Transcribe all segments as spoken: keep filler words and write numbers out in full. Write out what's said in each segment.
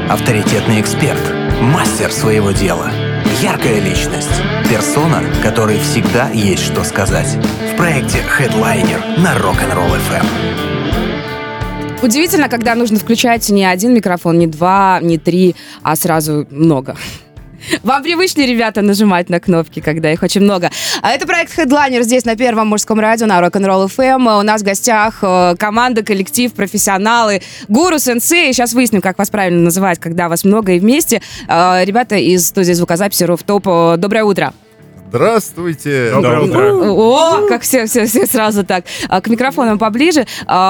авторитетный эксперт, мастер своего дела, яркая личность, персона, которой всегда есть что сказать. В проекте Headliner на Rock'n'Roll эф эм. Удивительно, когда нужно включать не один микрофон, не два, не три, а сразу много. Вам привычнее, ребята, нажимать на кнопки, когда их очень много. А это проект Headliner здесь, на Первом мужском радио, на Rock'n'Roll эф эм. У нас в гостях команда, коллектив, профессионалы, гуру, сенсей. Сейчас выясним, как вас правильно называть, когда вас много и вместе. Ребята из студии звукозаписи Руфтоп. Доброе утро. Здравствуйте! Доброе утро! О, как все, все, все сразу так. К микрофонам поближе.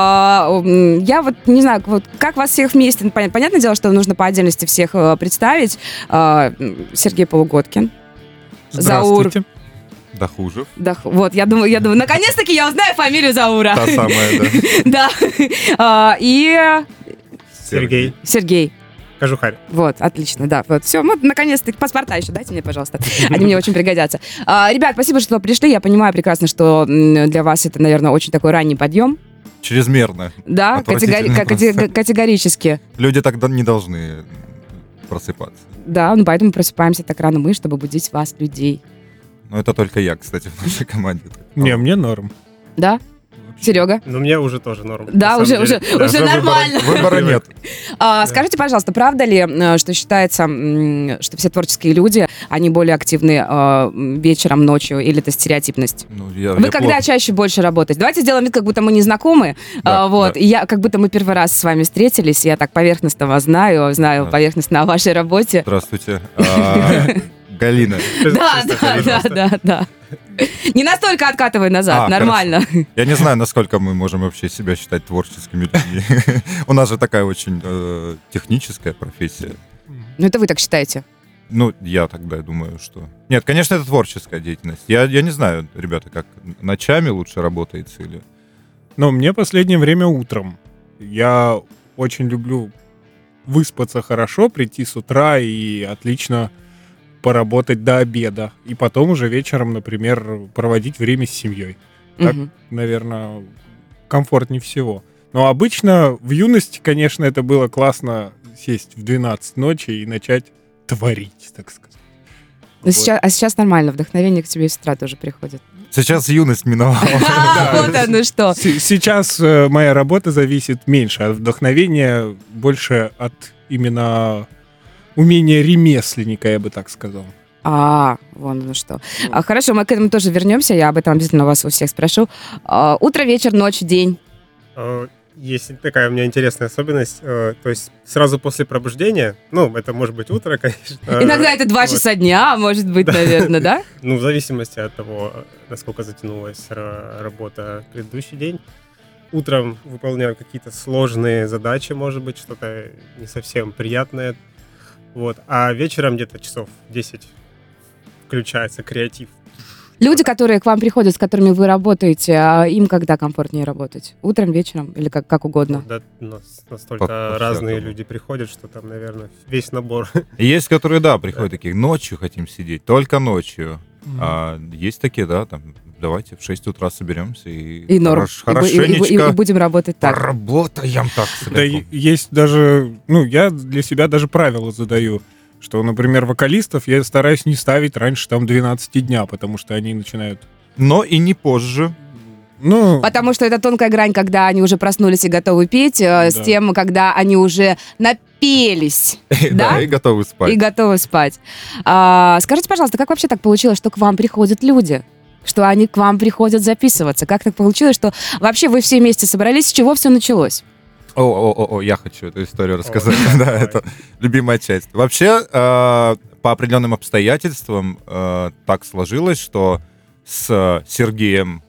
Я вот не знаю, вот как вас всех вместе... Понятное дело, что нужно по отдельности всех представить. Сергей Полугодкин. Заур. Дахужев. Да, вот, я думаю, я думаю, наконец-таки я узнаю фамилию Заура. Та самая, да. Да. И... Сергей. Сергей. Кожухарь. Вот, отлично, да. Вот, все, вот, наконец-то, паспорта еще дайте мне, пожалуйста. Они мне очень пригодятся. А, ребят, спасибо, что пришли. Я понимаю прекрасно, что для вас это, наверное, очень такой ранний подъем. Чрезмерно. Да, категори- категори- категорически. Люди тогда не должны просыпаться. Да, ну поэтому просыпаемся так рано мы, чтобы будить вас, людей. Ну, это только я, кстати, в нашей команде. Не, мне норм. Да? Серега? Но мне уже тоже норм. Да, уже, деле. уже, Да. уже нормально. Выбора, выбора нет. А, скажите, пожалуйста, правда ли, что считается, что все творческие люди, они более активны а, вечером, ночью, или это стереотипность? Ну, я, Вы я когда плохо. чаще больше работаете? Давайте сделаем вид, как будто мы не знакомы. Да, а, вот, да. и я, как будто мы первый раз с вами встретились, я так поверхностно вас знаю, знаю Да. поверхностно о вашей работе. Здравствуйте. А, Галина. Да, да, да, да, да. Не настолько откатывай назад, А, нормально. Я не знаю, насколько мы можем вообще себя считать творческими людьми. У нас же такая очень э, техническая профессия. Ну, это вы так считаете? Ну, я тогда думаю, что... Нет, конечно, это творческая деятельность. Я, я не знаю, ребята, как ночами лучше работается или... Но мне последнее время утром. Я очень люблю выспаться хорошо, прийти с утра и отлично поработать до обеда. И потом уже вечером, например, проводить время с семьей. Так, Мгм. наверное, комфортнее всего. Но обычно в юности, конечно, это было классно сесть в двенадцать ночи и начать творить, так сказать. Ну, Вот. сейчас- а сейчас нормально, вдохновение к тебе с утра тоже приходит. Сейчас юность миновала. А, вот оно что. С- Сейчас э, моя работа зависит меньше, а вдохновение больше от именно умения ремесленника, я бы так сказал. А, вон оно что. А, хорошо, мы к этому тоже вернемся, я об этом обязательно вас у всех спрошу. А, утро, вечер, ночь, день. Э, Есть такая у меня интересная особенность. э, То есть сразу после пробуждения, ну, это может быть утро, конечно. Иногда это два вот. часа дня, может быть, наверное, да? Ну, в зависимости от того, э, насколько затянулась ра- работа в предыдущий день. Утром выполняю какие-то сложные задачи, может быть, что-то не совсем приятное. Вот. А вечером где-то часов десять включается креатив. Люди, которые к вам приходят, с которыми вы работаете, а им когда комфортнее работать? Утром, вечером или как, как угодно? Да, у нас настолько По- разные по-всякому. люди приходят, что там, наверное, весь набор. Есть, которые, да, приходят такие, ночью хотим сидеть, только ночью. А есть такие, да, там, давайте в шесть утра соберемся и, И норм. хорош- И бу- и- и- и- и хорошенечко будем работать так. поработаем так. Да и- есть даже, ну, я для себя даже правила задаю, что, например, вокалистов я стараюсь не ставить раньше там двенадцати дня, потому что они начинают, Но и не позже. ну, Потому что это тонкая грань, когда они уже проснулись и готовы петь, э, с Да. тем, когда они уже напелись. Да? Да, и готовы спать. И готовы спать. А, скажите, пожалуйста, как вообще так получилось, что к вам приходят люди? Что они к вам приходят записываться? Как так получилось, что вообще вы все вместе собрались? С чего все началось? О, о, о, о, я хочу эту историю рассказать. Ой, Да, давай. это любимая часть. Вообще, э, по определенным обстоятельствам э, так сложилось, что с Сергеем...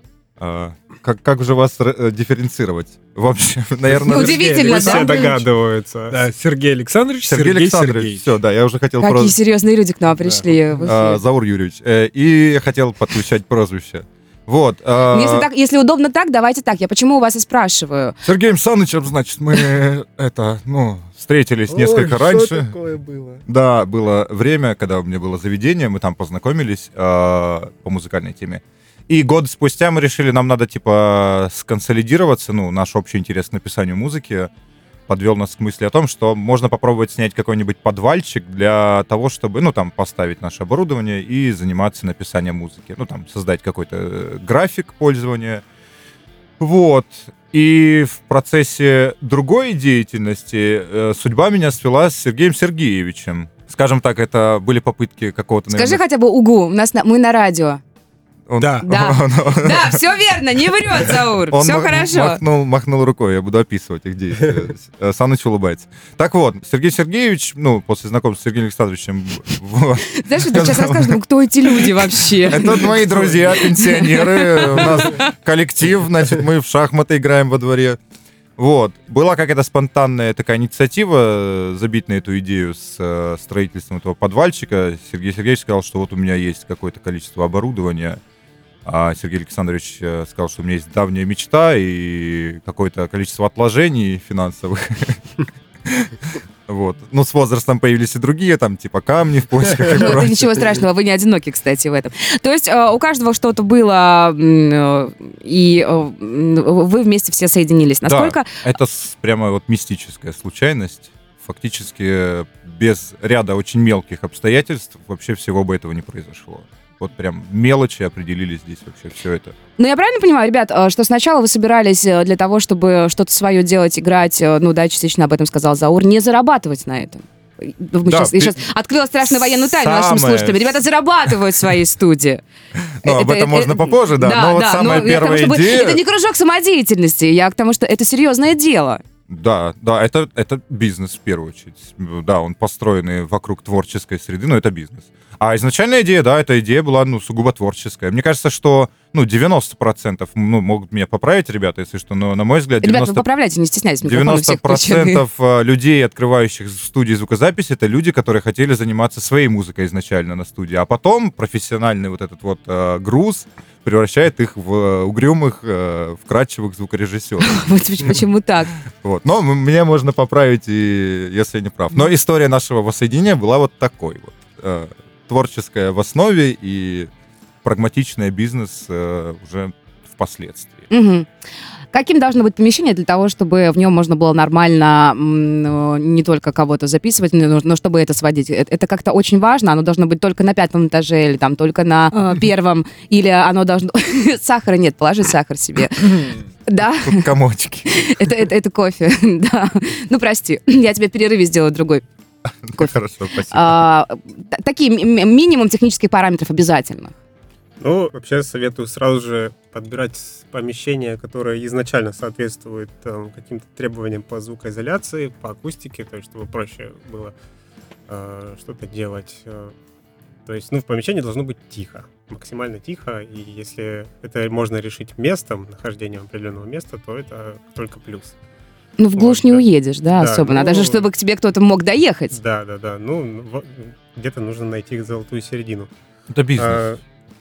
э, как, как же вас э, дифференцировать? В общем, наверное... Удивительно, Пусть да? все догадываются. да, Сергей Александрович, Сергей Сергей Александрович. Сергей. Все, да, я уже хотел Какие просто... серьезные люди к нам пришли. в эфир. э, Заур Юрьевич. Э, и я хотел подключать прозвище. Вот. э, Ну, Если, так, если удобно так, давайте так. Я почему у вас и спрашиваю. С Сергеем Санычем, значит, мы это, ну, встретились несколько раньше. такое было? Да, было время, когда у меня было заведение, мы там познакомились э, по музыкальной теме. И год спустя мы решили, нам надо, типа, сконсолидироваться, ну, наш общий интерес к написанию музыки. подвел нас к мысли о том, что можно попробовать снять какой-нибудь подвальчик для того, чтобы, ну, там, поставить наше оборудование и заниматься написанием музыки. Ну, там, создать какой-то график пользования. Вот. И в процессе другой деятельности э, судьба меня свела с Сергеем Сергеевичем. Скажем так, это были попытки какого-то... Скажи наверное, хотя бы «Угу», у нас на- мы на радио. он- Да. Да. он- Да, все верно, не врет Заур, Он все мах- хорошо. Махнул, махнул рукой, я буду описывать их действия. Э, Саныч улыбается. Так вот, Сергей Сергеевич, ну, после знакомства с Сергеем Александровичем, вот, Знаешь, что ты сейчас расскажешь, ну, кто эти люди вообще? это мои друзья, пенсионеры, у нас коллектив, значит, мы в шахматы играем во дворе. Вот. Была какая-то спонтанная такая инициатива э, забить на эту идею с э, строительством этого подвальчика. Сергей Сергеевич сказал, что вот у меня есть какое-то количество оборудования, а Сергей Александрович э, сказал, что у меня есть давняя мечта и какое-то количество отложений финансовых. Вот. Ну, с возрастом появились и другие, там, типа камни в почках и Ну, это прочее. ничего страшного, вы не одиноки, кстати, в этом. То есть э, у каждого что-то было, м, э, и э, м, вы вместе все соединились. Насколько... Да, это с- прямо вот мистическая случайность. Фактически без ряда очень мелких обстоятельств вообще всего бы этого не произошло. Вот прям мелочи определили здесь вообще все это. Ну, я правильно понимаю, ребят, э, что сначала вы собирались э, для того, чтобы что-то свое делать, играть, э, ну да, частично об этом сказал Заур, не зарабатывать на этом? Мы Да, сейчас, я ты- сейчас открыла страшную военную тайну нашим Самое- слушателям. Ребята зарабатывают в своей студии. Ну, об этом можно попозже, да. Но вот самая но я к тому, первая чтобы идея... Это не кружок самодеятельности, я к тому, что это серьезное дело. Да, да, это, это бизнес в первую очередь. Да, он построенный вокруг творческой среды, но это бизнес. А изначальная идея, да, эта идея была, ну, сугубо творческая. Мне кажется, что, ну, девяносто процентов, ну, могут меня поправить, ребята, если что, но, на мой взгляд, Ребят, вы девяносто поправляйте, не стесняйтесь, микрофоны девяносто всех включены. процентов людей, открывающих студии звукозаписи, это люди, которые хотели заниматься своей музыкой изначально на студии, а потом профессиональный вот этот вот э, груз превращает их в э, угрюмых, э, вкрадчивых звукорежиссеров. Вот почему так? Вот. Но м- меня можно поправить, и, если я не прав. Но история нашего воссоединения была вот такой вот. Э, творческая в основе и прагматичный бизнес э, уже впоследствии. Мгм. Каким должно быть помещение для того, чтобы в нем можно было нормально м, ну, не только кого-то записывать, но, но чтобы это сводить? Это, это как-то очень важно. Оно должно быть только на пятом этаже или там только на э, первом, или оно должно... Сахара нет, положи сахар себе. Да, Тут комочки. это, это, это кофе, да. Ну, прости, я тебе в перерыве сделаю другой. Кофе. Хорошо, спасибо. А, т- такие ми- минимум технических параметров обязательно. Ну, вообще советую сразу же подбирать помещение, которое изначально соответствует там, каким-то требованиям по звукоизоляции, по акустике, то есть чтобы проще было э, что-то делать. Э, То есть, ну, в помещении должно быть тихо, максимально тихо, и если это можно решить местом, нахождением определенного места, то это только плюс. Ну, в глушь Вот, не да. уедешь, да, Да, особо. Надо ну- же, чтобы к тебе кто-то мог доехать. Да, да, да. Ну, в- где-то нужно найти золотую середину. Это бизнес. А,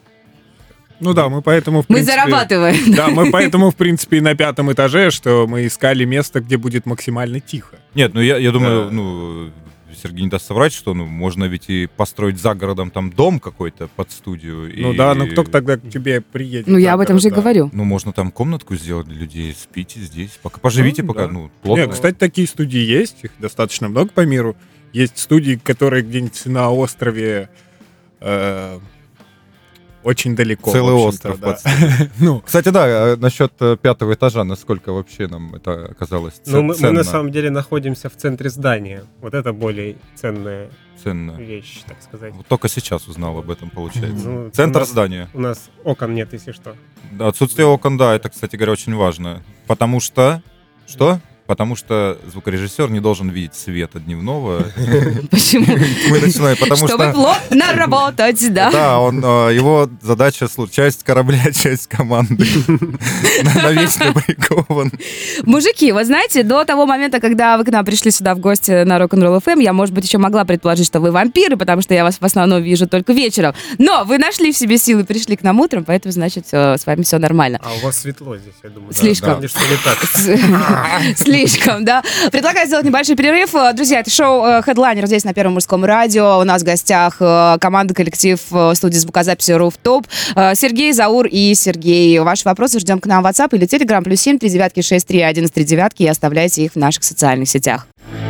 Ну да, мы поэтому, в Мы принципе... зарабатываем. Да, мы поэтому, в принципе, и на пятом этаже, что мы искали место, где будет максимально тихо. Нет, ну я, я думаю, Да. ну, Сергей не даст соврать, что ну, можно ведь и построить за городом там дом какой-то под студию. Ну и- да, ну кто тогда к тебе приедет? Ну, я за об этом же и город, да. говорю. Ну, можно там комнатку сделать для людей, спите здесь, пока поживите, Ну, пока, да. ну, плотно. Нет, кстати, такие студии есть, их достаточно много по миру. Есть студии, которые где-нибудь на острове э, очень далеко. Целый в общем-то, остров да. под Ну, Кстати, да, э, насчет э, пятого этажа, насколько вообще нам это оказалось ц- ну, мы, мы ценно? на самом деле находимся в центре здания. Вот это более ценная ценно. вещь, так сказать. Вот только сейчас узнал об этом, получается. Ну, Центр у нас- здания. У нас окон нет, если что. Да, отсутствие окон, да, это, кстати говоря, очень важно. Потому что... Что? Потому что звукорежиссер не должен видеть света дневного. Почему? Мы начинаем, потому Чтобы что... плотно работать, да? Да, он, э, его задача слу- часть корабля, часть команды. Навечно прикован. Мужики, вы знаете, до того момента, когда вы к нам пришли сюда в гости на Rock'n'Roll эф эм, я, может быть, еще могла предположить, что вы вампиры, потому что я вас в основном вижу только вечером. Но вы нашли в себе силы и пришли к нам утром, поэтому, значит, э, с вами все нормально. А у вас светло здесь, я думаю. да. Слишком. Помнишь, что не так. Слишком слишком, да. Предлагаю сделать небольшой перерыв. Друзья, это шоу Headliner здесь на Первом мужском радио. У нас в гостях команда, коллектив студии звукозаписи Rooftop. Сергей, Заур и Сергей. Ваши вопросы ждем к нам в WhatsApp или Telegram. Плюс семь, три девятки, шесть, три, один, три девятки. И оставляйте их в наших социальных сетях.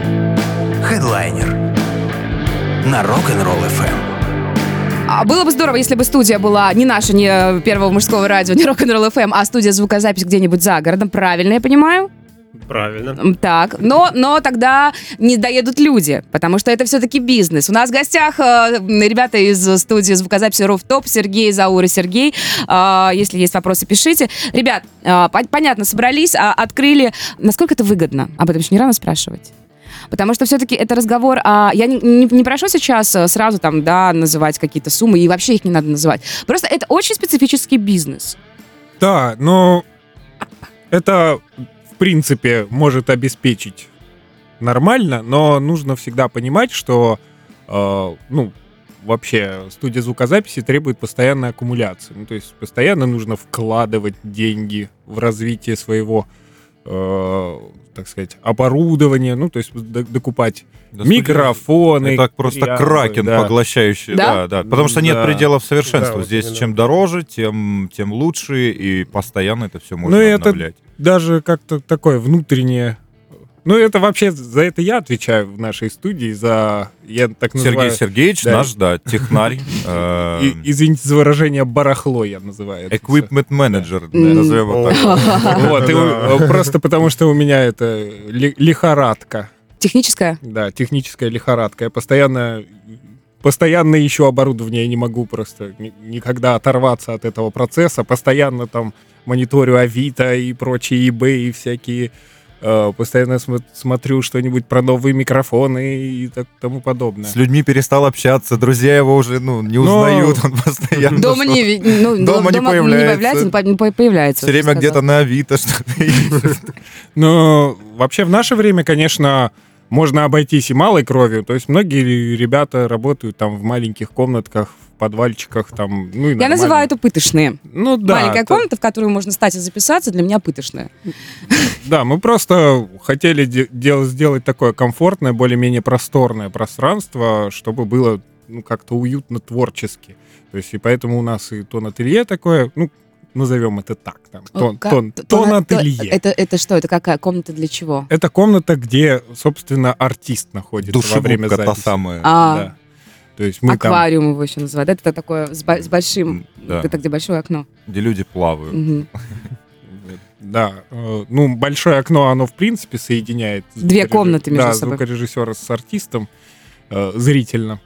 Headliner на Rock'n'Roll эф эм. А было бы здорово, если бы студия была не наша, не Первого мужского радио, не Rock'n'Roll эф эм, а студия звукозапись где-нибудь за городом. Правильно я понимаю? Правильно. Так, но, но тогда не доедут люди, потому что это все-таки бизнес. У нас в гостях э, ребята из студии звукозаписи Rooftop, Сергей, Заур и Сергей. Э, если есть вопросы, пишите. Ребят, э, понятно, собрались, а открыли. Насколько это выгодно? Об этом еще не рано спрашивать. Потому что все-таки это разговор, а я не, не, не прошу сейчас сразу там, да, называть какие-то суммы, и вообще их не надо называть. Просто это очень специфический бизнес. Да, но это, в принципе, может обеспечить нормально, но нужно всегда понимать, что, э, ну, вообще студия звукозаписи требует постоянной аккумуляции. Ну, то есть постоянно нужно вкладывать деньги в развитие своего, э, так сказать, оборудования, ну, то есть докупать Да, микрофоны. Это просто реалы, кракен да. поглощающий. Да? Да, да. Потому что нет Да. пределов совершенства. Да, вот Здесь именно. чем дороже, тем, тем лучше, и постоянно это все можно Ну, и это обновлять. даже как-то такое внутреннее... Ну, это вообще, за это я отвечаю в нашей студии, за, я так Сергей называю... Сергеевич, да. наш, да, технарь, э, И- извините за выражение, барахло я называю. это всё. equipment менеджер, Да. назовем его так. Вот, и у- просто потому что у меня это ли- лихорадка, Техническая? да, техническая лихорадка. Я постоянно, постоянно ищу оборудование, я не могу просто ни- никогда оторваться от этого процесса. Постоянно там мониторю Авито и прочие eBay и всякие. э, Постоянно смо- смотрю что-нибудь про новые микрофоны и так тому подобное. С людьми перестал общаться, друзья его уже ну, не Но- узнают, он постоянно... Дома не, ви- ну, Дома не появляется. не по- не по- появляется. Все время уже где-то сказал. на Авито что-то ищет. Но вообще в наше время, конечно, можно обойтись и малой кровью. То есть многие ребята работают там в маленьких комнатках, в подвальчиках там, ну и Я нормально. называю это пытошные. Ну да. Маленькая то- комната, в которую можно стать и записаться, для меня пытошная. Да, мы просто хотели де- дел- сделать такое комфортное, более-менее просторное пространство, чтобы было ну, как-то уютно творчески. То есть и поэтому у нас и тон-ателье такое, ну, назовем это так, там, тон, Как- тон, то- тон-ателье. Это, это что? Это какая комната для чего? Это комната, где, собственно, артист находится во время Душегубка та записи. самая. А, Да. То есть мы там... аквариум его еще называют. Это такое с, бо- с большим... Да. Это где большое окно. Где люди плавают. Мгм. Да, э, ну, большое окно, оно, в принципе, соединяет... Две звукореж- комнаты между да, собой. звукорежиссера с артистом э, зрительно.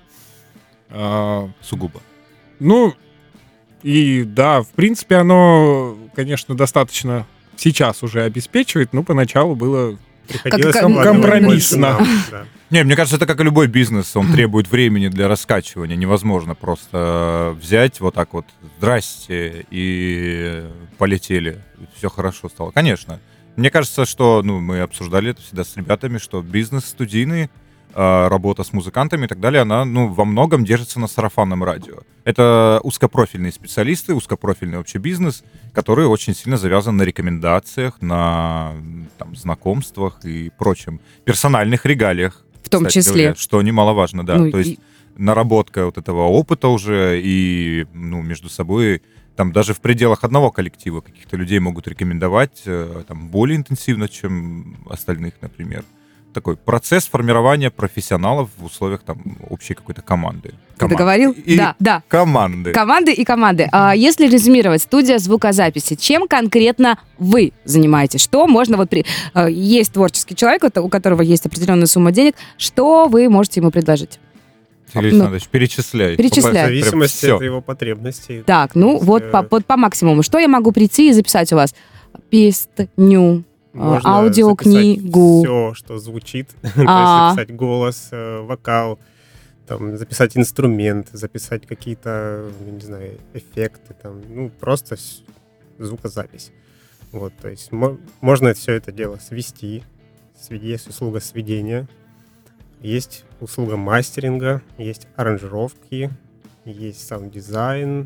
А, Сугубо. ну, и да, в принципе, оно, конечно, достаточно сейчас уже обеспечивает, но поначалу было... Приходилось Как- вкладывать компромиссно. больше, да. Не, мне кажется, это как и любой бизнес, он требует времени для раскачивания. Невозможно просто взять вот так вот, здрасте, и полетели. Все хорошо стало. Конечно. Мне кажется, что, ну, мы обсуждали это всегда с ребятами, что бизнес студийный, э, работа с музыкантами и так далее, она, ну, во многом держится на сарафанном радио. Это узкопрофильные специалисты, узкопрофильный вообще бизнес, который очень сильно завязан на рекомендациях, на там, знакомствах и прочем. Персональных регалиях. В том кстати числе. говоря, что немаловажно, да. Ну, То есть и- наработка вот этого опыта уже и ну, между собой, там даже в пределах одного коллектива каких-то людей могут рекомендовать э, там, более интенсивно, чем остальных, например. Такой процесс формирования профессионалов в условиях там, общей какой-то команды. Ты Команд- договорил? И Да, да. команды. Команды и команды. А если резюмировать, студия звукозаписи, чем конкретно вы занимаетесь? Что можно вот при... а, Есть творческий человек, у которого есть определенная сумма денег, что вы можете ему предложить? Сергей ну, Александрович, перечисляй. перечисляй. В Прям зависимости всё. от его потребностей. Так, ну есть, вот э, по, вот по максимуму. Что я могу прийти и записать у вас? Песню. Можно аудиокнигу. Все, что звучит. То есть А. записать голос, э, вокал, там, записать инструмент, записать какие-то, я не знаю, эффекты, там, ну, просто с- звукозапись. Вот, то есть мо- можно все это дело свести. Сви- Есть услуга сведения, есть услуга мастеринга, есть аранжировки, есть саунд-дизайн.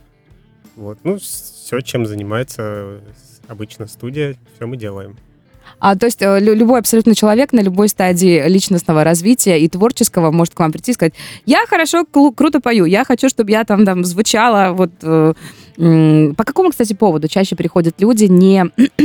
Вот, ну, все, чем занимается обычно студия, все мы делаем. А, то есть э, лю- любой абсолютно человек на любой стадии личностного развития и творческого может к вам прийти и сказать: я хорошо, клу- круто пою, я хочу, чтобы я там, там звучала. Вот, э, м, по какому, кстати, поводу чаще приходят люди, не,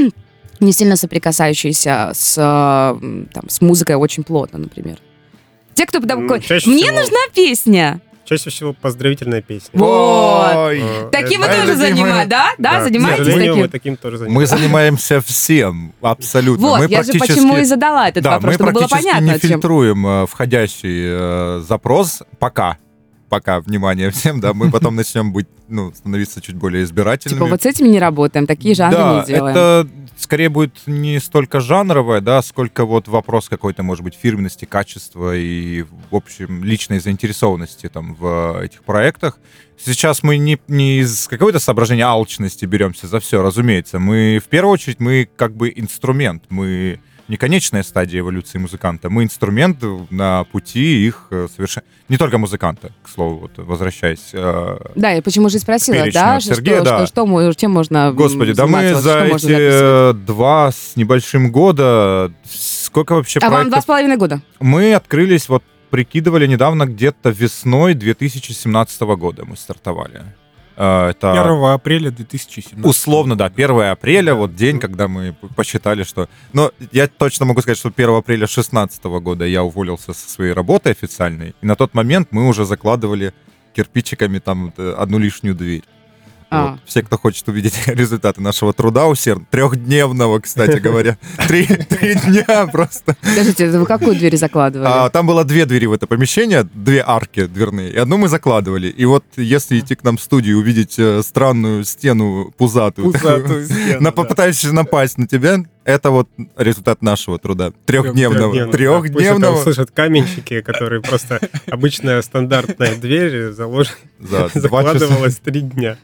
не сильно соприкасающиеся с, э, там, с музыкой очень плотно, например? Те, кто Ну, такой: чаще мне всего- нужна песня. Чаще всего поздравительная песня. Вот. Ой, Э, Таким вы это тоже любимое. занимаетесь, да? Да, Да, к занимаетесь сожалению, таким? мы таким тоже Мы занимаемся. занимаемся всем, абсолютно. Вот, мы я же практически- почему и задала этот да, вопрос, мы чтобы было практически понятно, не чем. фильтруем э, входящий э, запрос пока. Пока, внимание всем, да, мы потом начнем быть, ну, становиться чуть более избирательными. Типа вот с этими не работаем, такие жанры Да, не делаем. это скорее будет не столько жанровое, да, сколько вот вопрос какой-то, может быть, фирменности, качества и, в общем, личной заинтересованности там в этих проектах. Сейчас мы не, не из какого-то соображения алчности беремся за все, разумеется. Мы, в первую очередь, мы как бы инструмент, мы не конечная стадия эволюции музыканта, мы инструмент на пути их совершенно... Не только музыканта, к слову, вот, возвращаясь. э, Да, я почему же и спросила, перечня да, от что, Сергея, что, да. что, что мо- чем можно м, Господи, да мы заниматься, вот за что можно эти записывать? э, два с небольшим года, сколько вообще А вам проектов... два с половиной года? Мы открылись, вот прикидывали недавно, где-то весной две тысячи семнадцатого года мы стартовали. Э, Это первого апреля две тысячи семнадцатого. условно, да, первое апреля, вот день, когда мы п- посчитали, что... Но я точно могу сказать, что первого апреля две тысячи шестнадцатого года я уволился со своей работы официальной, и на тот момент мы уже закладывали кирпичиками там э, одну лишнюю дверь. А. Вот. Все, кто хочет увидеть результаты нашего труда усердного, трехдневного, кстати говоря, три, три дня просто. Подождите, это вы какую дверь закладывали? А, там было две двери в это помещение, две арки дверные, и одну мы закладывали. И вот если идти к нам в студию и увидеть э, странную стену пузатую, такую, Пузатую стену, на- да. попытающуюся напасть на тебя, это вот результат нашего труда. Трехдневного. Трехдневно, да. Пусть это Трехдневного. услышат каменщики, которые просто обычная стандартная дверь залож- За два часа. закладывалась три дня.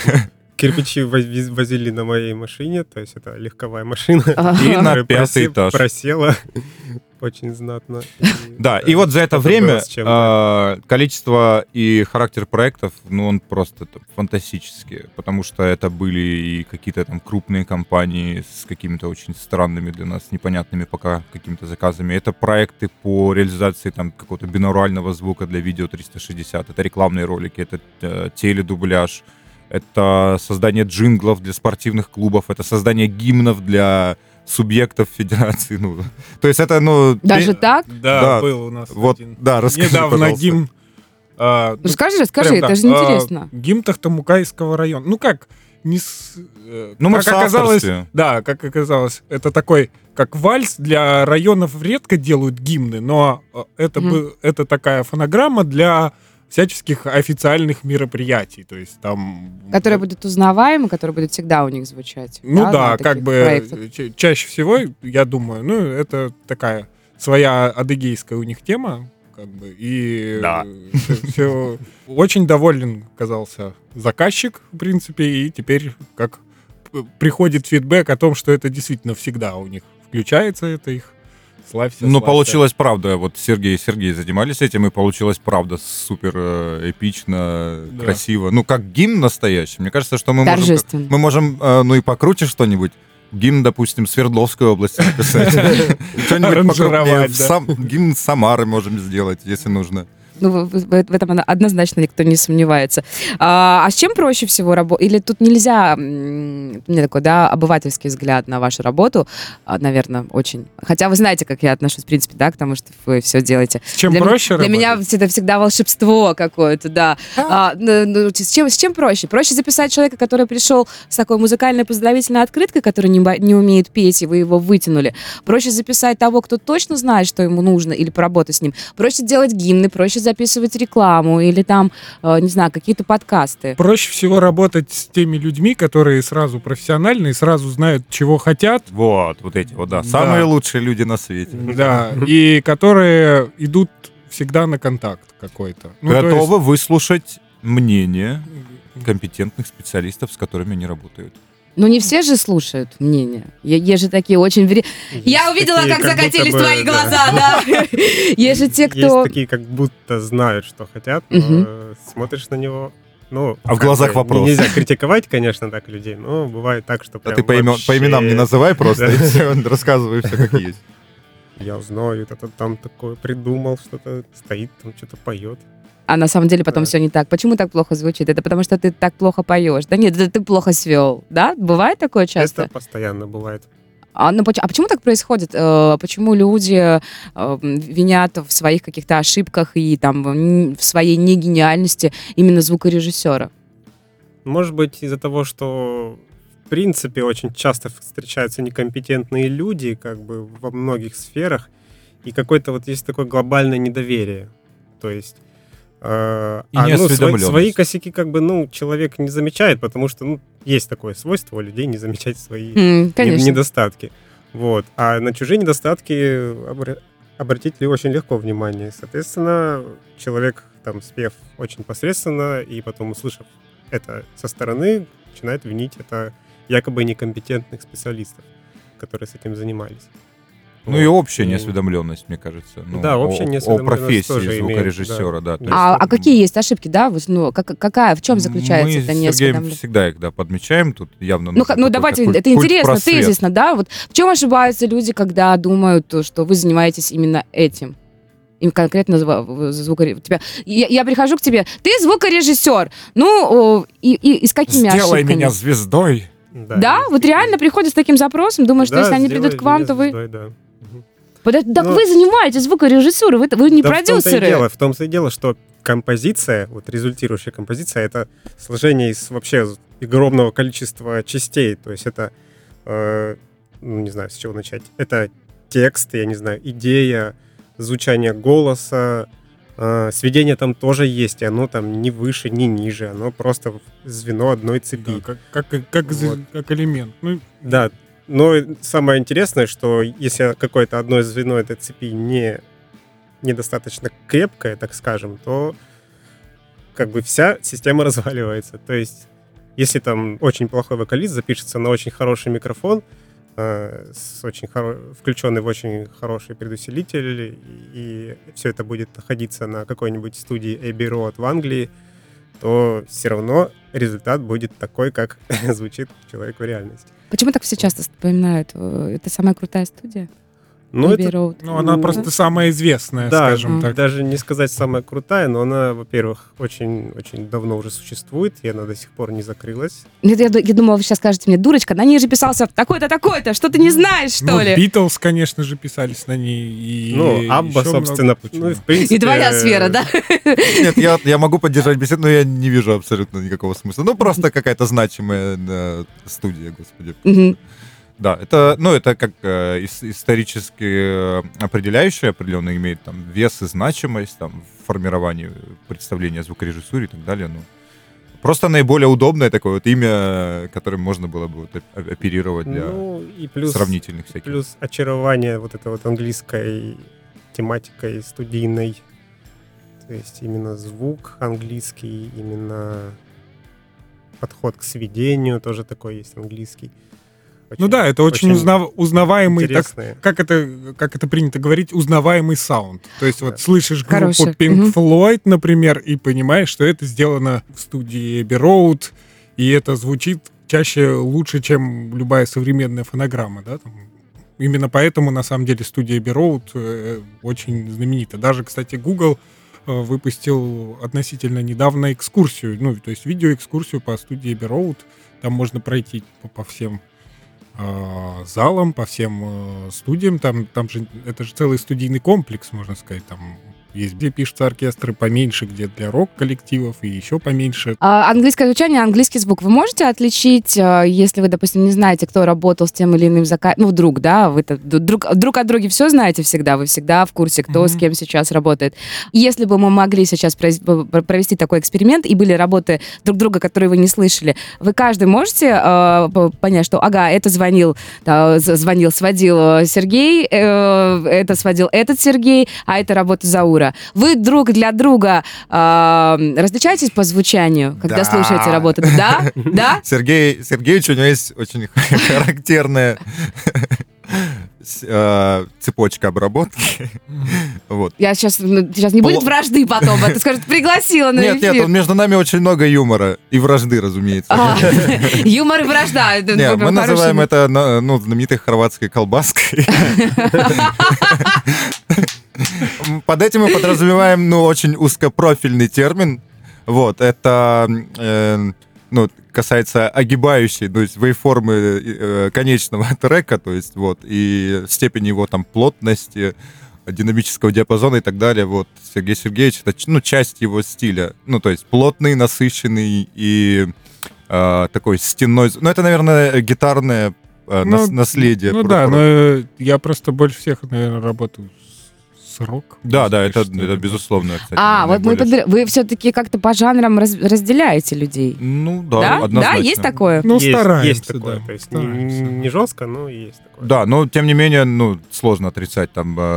Кирпичи воз- возили на моей машине, то есть это легковая машина, Ага. И на которая пятый просе- этаж. просела очень знатно. Да, и вот за это что-то время было с чем-то. а, количество и характер проектов, ну, он просто там фантастический, потому что это были и какие-то там крупные компании с какими-то очень странными для нас, непонятными пока какими-то заказами. Это проекты по реализации там какого-то бинурального звука для видео триста шестьдесят, это рекламные ролики, это э, теледубляж, это создание джинглов для спортивных клубов, это создание гимнов для субъектов федерации. Ну, то есть это, ну... Даже пе- так? Да, Да, был у нас Вот, один. да, расскажи, Недавно пожалуйста. гимн... а, ну, Расскажи, расскажи, прям, это да, же а, интересно. гимн Тахтамукайского района. Ну как, не с... э, Ну, мы как в оказалось, соавторстве. да, как оказалось, это такой, как вальс для районов редко делают гимны, но э, это, Мгм. бы, это такая фонограмма для всяческих официальных мероприятий, то есть там... Которые будут узнаваемы, которые будут всегда у них звучать. Ну на да, таких как бы проектах? ча- чаще всего, я думаю, ну это такая своя адыгейская у них тема, как бы, и Да. все, очень доволен оказался заказчик, в принципе, и теперь как п- приходит фидбэк о том, что это действительно всегда у них включается, это их славься. Ну, славься. получилось правда. Вот Сергей и Сергей занимались этим, и получилось правда супер э, эпично, Да. красиво. Ну, как гимн настоящий. Мне кажется, что мы можем, Торжественно. мы можем, э, ну и покруче что-нибудь. Гимн, допустим, Свердловской области написать. Что-нибудь покрупнее. Аранжировать, В да. Сам- Гимн Самары можем сделать, если нужно. Ну, в, в- в этом однозначно никто не сомневается. А, а с чем проще всего работать? Или тут нельзя, м, мне такой, да, обывательский взгляд на вашу работу, а, наверное, очень. Хотя вы знаете, как я отношусь, в принципе, да, к тому, что вы все делаете. С чем для, м- проще Для меня работать? это всегда волшебство какое-то, да. А, ну, ну, с, чем, с чем проще? Проще записать человека, который пришел с такой музыкальной поздравительной открыткой, который не, бо- не умеет петь, и вы его вытянули. Проще записать того, кто точно знает, что ему нужно, или поработать с ним. Проще делать гимны, проще записывать рекламу, или там, э, не знаю, какие-то подкасты. Проще всего работать с теми людьми, которые сразу профессиональные, сразу знают, чего хотят, Вот, вот эти вот, да. Да. Самые лучшие люди на свете. да, и которые идут всегда на контакт какой-то. Ну, то Готовы выслушать мнение компетентных специалистов, с которыми они работают. Ну, не все же слушают мнение. Е- Есть же такие очень... вери- Я Есть увидела, такие, как будто закатились бы, твои да. глаза, да. Есть же те, Есть кто... такие, как будто знают, что хотят, но Мгм. э, смотришь на него, Ну, А в как глазах бы, вопрос. Нельзя критиковать, конечно, так людей, но бывает так, что А прям ты по, имен- вообще- по именам не называй просто, Да. и все, рассказывай все как есть. Я знаю, это там такое придумал, что-то стоит, там что-то поет. А на самом деле потом Да. все не так. Почему так плохо звучит? Это потому что ты так плохо поешь. Да нет, это ты плохо свел. Да? Бывает такое часто? Это постоянно бывает. А, ну, поч- а почему так происходит? Э, почему люди э, винят в своих каких-то ошибках и там м, в своей негениальности именно звукорежиссера? Может быть, из-за того, что в принципе очень часто встречаются некомпетентные люди, как бы во многих сферах, и какое-то вот есть такое глобальное недоверие. То есть э, И а, ну, свои, неосведомленность. свои косяки как бы, ну, человек не замечает, потому что, ну, есть такое свойство у людей не замечать свои М, не- конечно. недостатки. Вот. А на чужие недостатки обра- обратить ли очень легко внимание. Соответственно, человек, там, спев очень посредственно, и потом, услышав это со стороны, начинает винить это якобы некомпетентных специалистов, которые с этим занимались. Ну и Вот. общая И- неосведомленность, мне кажется. Ну, Да, о- общая о, неосведомленность профессии тоже имеет, звукорежиссера, да. да. то есть А, а какие есть ошибки, да? Вот, ну, как- какая, в чем заключается мы эта с Сергеем неосведомленность? всегда их, да, подмечаем тут явно. Ну, нужен х- ну какой-то давайте, культ- это интересно, культ-просвет. тезисно, да? Вот в чем ошибаются люди, когда думают, что вы занимаетесь именно этим? Им конкретно звукорежиссер. Тебя... Я, я прихожу к тебе, ты звукорежиссер. Ну, о, и, и, и с какими Сделай ошибками? меня звездой. Да, есть вот такие. реально приходят с таким запросом, думаю, что Да, если они сделай придут к вам, меня то вы... звездой, да. Мгм. Подожди, так Ну, вы занимаетесь звукорежиссурой, вы, вы не Да в том-то и продюсеры. дело, в том-то и дело, что композиция, вот результирующая композиция, это сложение из вообще огромного количества частей. То есть это, э, ну, не знаю, с чего начать. Это текст, я не знаю, идея, звучание голоса, э, сведение там тоже есть, и оно там ни выше, ни ниже, оно просто звено одной цепи. Да, как, как, как, из- Вот. как элемент. Ну, Да, но самое интересное, что если какое-то одно звено этой цепи не недостаточно крепкое, так скажем, то как бы вся система разваливается. То есть если там очень плохой вокалист запишется на очень хороший микрофон, э, с очень хоро- включенный в очень хороший предусилитель, и, и все это будет находиться на какой-нибудь студии Abbey Road в Англии, то все равно результат будет такой, как звучит человек в реальности. Почему так все часто вспоминают? э, Это самая крутая студия? Ну, Abbey это Road. ну, она Ну, просто самая известная, да, скажем М. так. даже не сказать самая крутая, но она, во-первых, очень-очень давно уже существует, и она до сих пор не закрылась. Нет, я, ду- я думала, вы сейчас скажете мне, дурочка, на ней же писался такой-то, такой-то, что ты не знаешь, что Ну, ли? Битлз, конечно же, писались на ней. И Ну, Абба, еще много собственно, почему. ну, и в принципе... И твоя сфера, да? Нет, я, я могу поддержать беседу, но я не вижу абсолютно никакого смысла. Ну, просто какая-то значимая да, студия, господи. Мгм. Да, это, ну, это как э, ис- исторически э, определяющее, определенно имеет там вес и значимость там, в формировании представления о звукорежиссуре и так далее. Ну, просто наиболее удобное такое вот имя, которым можно было бы вот оп- оперировать для Ну, и плюс, сравнительных всяких. плюс очарование вот этой вот английской тематикой студийной. То есть именно звук английский, именно подход к сведению тоже такой есть английский. Ну да, это очень, узнав- узнаваемый, так, интересные. как это, как это принято говорить, узнаваемый саунд. То есть вот Да. слышишь группу Хороший. Pink Мгм. Floyd, например, и понимаешь, что это сделано в студии Abbey Road, и это звучит чаще лучше, чем любая современная фонограмма, да, там. Именно поэтому, на самом деле, студия Abbey Road э, очень знаменита. Даже, кстати, Google э, выпустил относительно недавно экскурсию, ну, то есть видеоэкскурсию по студии Abbey Road. Там можно пройти по, по всем э, залам, по всем э, студиям. Там, там же, это же целый студийный комплекс, можно сказать. Там есть, где пишутся оркестры поменьше, где для рок-коллективов, и еще поменьше. А, английское звучание, английский звук. Вы можете отличить, э, если вы, допустим, не знаете, кто работал с тем или иным заказом, ну, вдруг, да, вы друг, друг о друге все знаете всегда, вы всегда в курсе, кто Мгм. с кем сейчас работает. Если бы мы могли сейчас произ- провести такой эксперимент, и были работы друг друга, которые вы не слышали, вы каждый можете э, п- понять, что, ага, это звонил, да, з- звонил, сводил э, Сергей, э, это сводил этот Сергей, а это работа Заура. Вы друг для друга э, различаетесь по звучанию, когда Да. слушаете работу? Да? Да? Сергей Сергеевич, у него есть очень характерная с- э, цепочка обработки. Вот. Я сейчас, сейчас не будет Пло- вражды потом, а ты скажешь, пригласила на Нет, эфир. нет, между нами очень много юмора и вражды, разумеется. А, юмор и вражда. это Не, мы хороший- называем это на- ну, знаменитой хорватской колбаской. Под этим мы подразумеваем, ну, очень узкопрофильный термин. Вот, это, э, ну, касается огибающей, то есть вейформы э, конечного трека, то есть вот, и степени его там плотности, динамического диапазона и так далее. Вот, Сергей Сергеевич, это, ну, часть его стиля. Ну, то есть плотный, насыщенный и э, такой стенной... Ну, это, наверное, гитарное э, нас- Ну, наследие. Ну про- да, про- но э, я просто больше всех, наверное, работаю с, с рок. Да, да, это, Что это безусловно, кстати. А, вот мы наиболее- подбер- вы все-таки как-то по жанрам раз- разделяете людей. Ну, да, Да? Да, однозначно. есть такое? Ну, есть, стараемся, есть такое. да, То есть стараемся. не, не жестко, но есть такое. Да, но тем не менее, ну, сложно отрицать там э,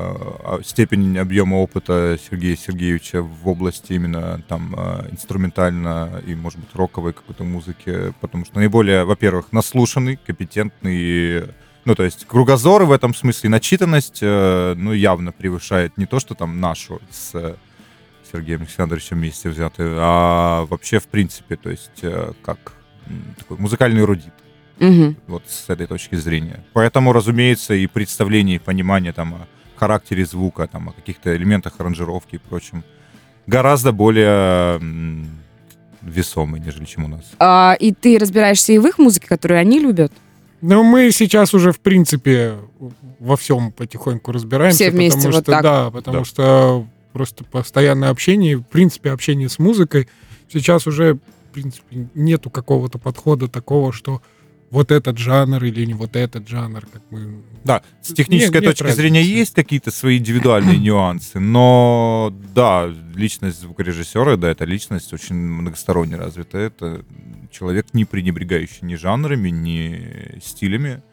а, степень объема опыта Сергея Сергеевича в области именно там э, инструментально и, может быть, роковой какой-то музыки, потому что наиболее, во-первых, наслушанный, компетентный, ну, то есть кругозор в этом смысле, начитанность, э, ну, явно превышает не то, что там нашу с э, Сергеем Александровичем вместе взяты, а вообще, в принципе, то есть э, как м, такой музыкальный эрудит. Мгм. Вот с этой точки зрения. Поэтому, разумеется, и представление, и понимание там о характере звука, там, о каких-то элементах аранжировки и прочем гораздо более м, весомый, нежели чем у нас. А, и ты разбираешься и в их музыке, которую они любят? Но мы сейчас уже, в принципе, во всем потихоньку разбираемся. Все вместе потому вот что, так. Да, потому Да. что просто постоянное общение, в принципе, общение с музыкой. Сейчас уже, в принципе, нету какого-то подхода такого, что вот этот жанр или не вот этот жанр, как мы... Да, с технической Нет- нет точки зрения разницы. есть какие-то свои индивидуальные нюансы, но да, личность звукорежиссера, да, это личность очень многосторонне развитая. Это человек, не пренебрегающий ни жанрами, ни стилями,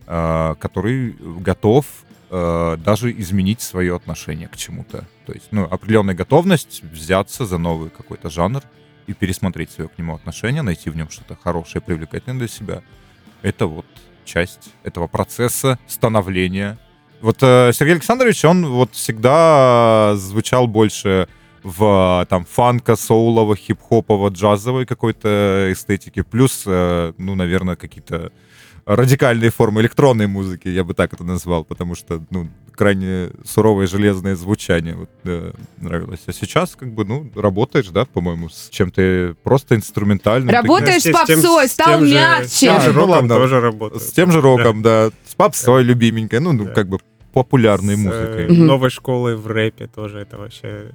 э, который готов э, даже изменить свое отношение к чему-то. То есть, ну, определенная готовность взяться за новый какой-то жанр и пересмотреть свое к нему отношение, найти в нем что-то хорошее, привлекательное для себя. Это вот часть этого процесса становления. Вот э, Сергей Александрович, он вот всегда звучал больше в там фанка, соулово, хип-хопово, джазовой какой-то эстетике, плюс, э, ну, наверное, какие-то радикальные формы электронной музыки, я бы так это назвал, потому что, ну, крайне суровое железное звучание вот, э, нравилось. А сейчас, как бы, ну, работаешь, да, по-моему, с чем-то просто инструментальным. Работаешь с С тем- попсой, с стал тем же- С мягче. тем же А, ну роком ладно. тоже таким- работаю. С тем же роком, да. С попсой любименькой, ну, ну, Да. как бы популярной С, музыкой. э, Мгм. новой школой в рэпе тоже это вообще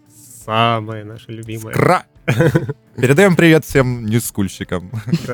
самое наше любимое. Кра! Передаем привет всем ньюскульщикам.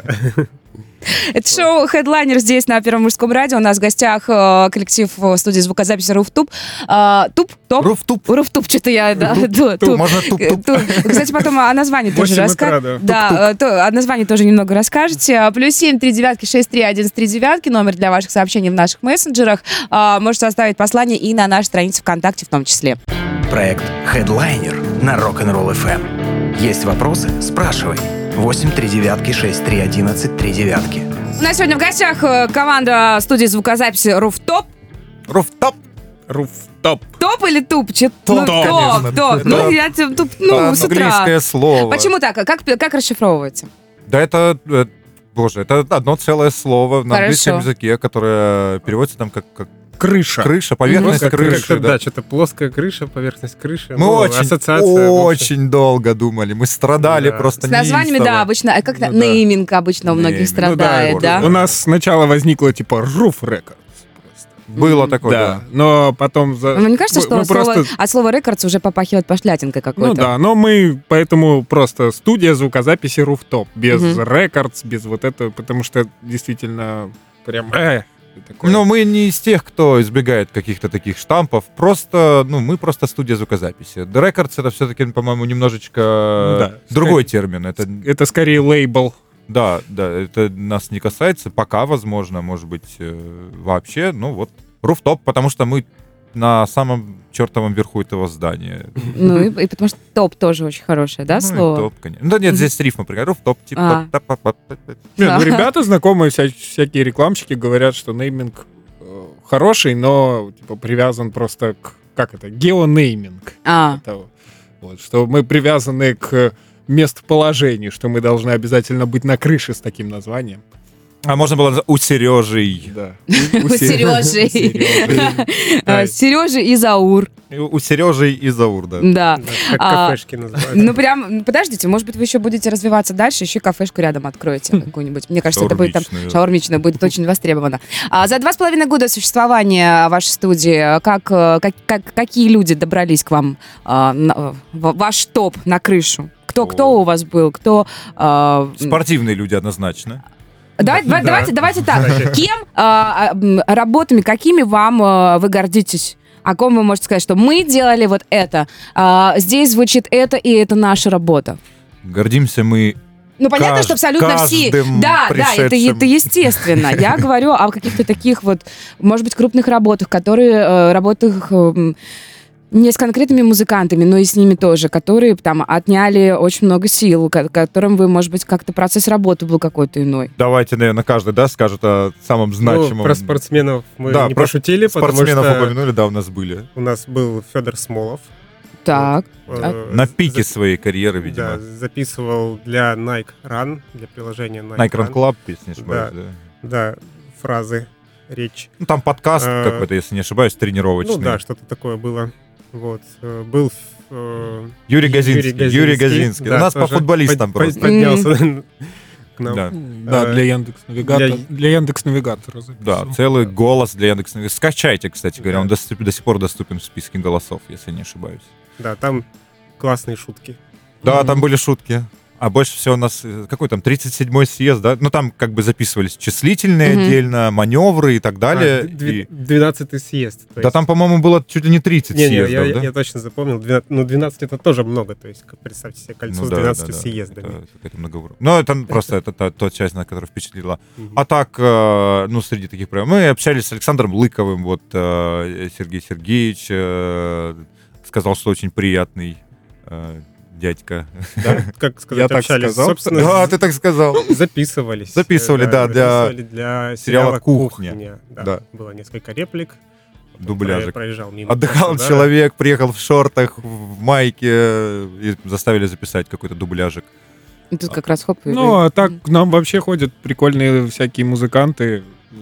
Это шоу «Хедлайнер» здесь, на Первом мужском радио. У нас в гостях э, коллектив э, студии звукозаписи «Руфтуп». А, Туп? Топ? Руфтуп. «Руфтуп», что-то я... да, Туп, ту- туп, ту- можно туп-туп. ту- Кстати, потом о названии тоже Восемь утра, расскажете. да. Да, э, то- о названии тоже немного расскажете. А, Плюс семь, три девятки, шесть, три, один, три девятки. Номер для ваших сообщений в наших мессенджерах. А, Можете оставить послание и на нашей странице ВКонтакте в том числе. Проект Headliner на Rock'n'Roll эф эм. Есть вопросы? Спрашивай. восемь три девятки шесть три одиннадцать три девятки. У нас сегодня в гостях э, команда студии звукозаписи «Руфтоп». Руфтоп. Руфтоп. Топ или туп? Че- Топ, ну, топ, конечно. топ. Ну, Топ. я тебе туп, ну, Да, с утра. английское слово. Почему так? Как, как расшифровывается? Да это, э, боже, это одно целое слово на Хорошо. английском языке, которое переводится там как, как Крыша. крыша, поверхность Как- крыши. как-то, да. да, что-то плоская крыша, поверхность крыши. Мы ну, очень, ассоциация, в общем. очень долго думали. Мы страдали Да. просто С названиями, неистово. да, обычно, а как-то Ну да. нейминг обычно у многих Нейминг. страдает, Ну да? да, У нас сначала возникло типа Roof Records. просто. Было такое, Да, да. но потом... За... Вам не кажется, мы- что мы слово, просто- от слова «рекордс» уже попахивает пошлятинкой какой-то? Ну да, но мы поэтому просто студия звукозаписи Rooftop. Без Мгм. Records, без вот этого, потому что действительно прям... э, такое. Но мы не из тех, кто избегает каких-то таких штампов. Просто, ну, мы просто студия звукозаписи. The Records — это все-таки, по-моему, немножечко Да, другой скорее- термин. Это, Это скорее лейбл. да, да, это нас не касается. Пока, возможно, может быть, э, вообще. Ну вот, руфтоп, потому что мы на самом чертовом верху этого здания. Ну, и, и потому что топ тоже очень хорошее, да, Ну, и слово? топ, конечно. Ну, да нет, здесь рифма, например, руфтоп, типа... А. та-па-па-па-па. Нет, ну, Ага. ребята знакомые, вся- всякие рекламщики говорят, что нейминг э, хороший, но типа привязан просто к, как это, геонейминг. А, Это, вот, что мы привязаны к местоположению, что мы должны обязательно быть на крыше с таким названием. А можно было назвать у Сережей. Да. у Сережи. Да. Сережа и Заур. У Сережи и Заур, да. Да. Да, как А, кафешки называют. Ну прям, подождите, может быть, вы еще будете развиваться дальше, еще и кафешку рядом откроете какую-нибудь. Мне кажется, это будет там Шаурмичную. шаурмичная, будет очень востребовано. А за два с половиной года существования вашей студии, как, э, как, как- какие люди добрались к вам, а, на- в ваш топ на крышу? Кто, О. кто у вас был? Кто... а, Спортивные люди однозначно. Давай- давай- Да. Давайте, давайте так. Кем, а, а, м, работами, какими вам а, вы гордитесь? О ком вы можете сказать, что мы делали вот это, а, здесь звучит это, и это наша работа? Гордимся мы. Ну, понятно, Кажд- что абсолютно все. каждым Да, да, это, пришедшим. это естественно. Я говорю о каких-то таких вот, может быть, крупных работах, которые э, работах эм, не с конкретными музыкантами, но и с ними тоже, которые там отняли очень много сил, ко- которым вы, может быть, как-то процесс работы был какой-то иной. Давайте, наверное, каждый, да, скажет о самом Ну, значимом. про спортсменов мы Да, не про пошутили, потому Спортсменов что упомянули, да, у нас были. у нас был Федор Смолов. Так. Э, На пике за- своей карьеры, видимо. Да, записывал для Nike Run, для приложения Nike, Nike Run Club, если не ошибаюсь, Да. да. Да, фразы, речь. Ну, там подкаст Э, какой-то, если не ошибаюсь, тренировочный. Ну да, что-то такое было. Вот. э, Был э, Юрий Газинский. Юрий Газинский. да, У нас по тоже футболистам под- просто. Поднялся к нам. Да. Да, Э, для Яндекс Навигатора. для- Для Яндекс Навигатора. Да, целый голос для Яндекса. Скачайте, кстати говоря, Да. он доступ- до сих пор доступен в списке голосов, если не ошибаюсь. Да, там классные шутки. Да, Мгм. там были шутки. А больше всего у нас, э, какой там, тридцать седьмой съезд, да? Ну, там как бы записывались числительные Мгм. отдельно, маневры и так далее. А, дви- И- двенадцатый съезд. то Да есть- там, по-моему, было чуть ли не тридцать Не, не, съездов, я, да? я точно запомнил. двенадцать, ну, двенадцать это тоже много. То есть, как представьте себе кольцо Ну с да, двенадцатью да, да. съездами. Это какая-то многовр- Ну, это просто это та, та часть, на которая впечатлила. Мгм. А так, э, ну, среди таких программ, мы общались с Александром Лыковым, вот э, Сергей Сергеевич э, сказал, что очень приятный э, дядька. Да, как сказать, Я так общались. сказал. Собственно, Да, ты так сказал. записывались. Записывали, Э, да, для записывали для сериала сериала «Кухня». «Кухня». Да. Да. Было несколько реплик. Потом Дубляжек. Проезжал мимо. Отдыхал Краснодара. человек, приехал в шортах, в майке, и заставили записать какой-то дубляжик. И тут как раз хоп. и Ну, вы- а так к нам вообще ходят прикольные всякие музыканты.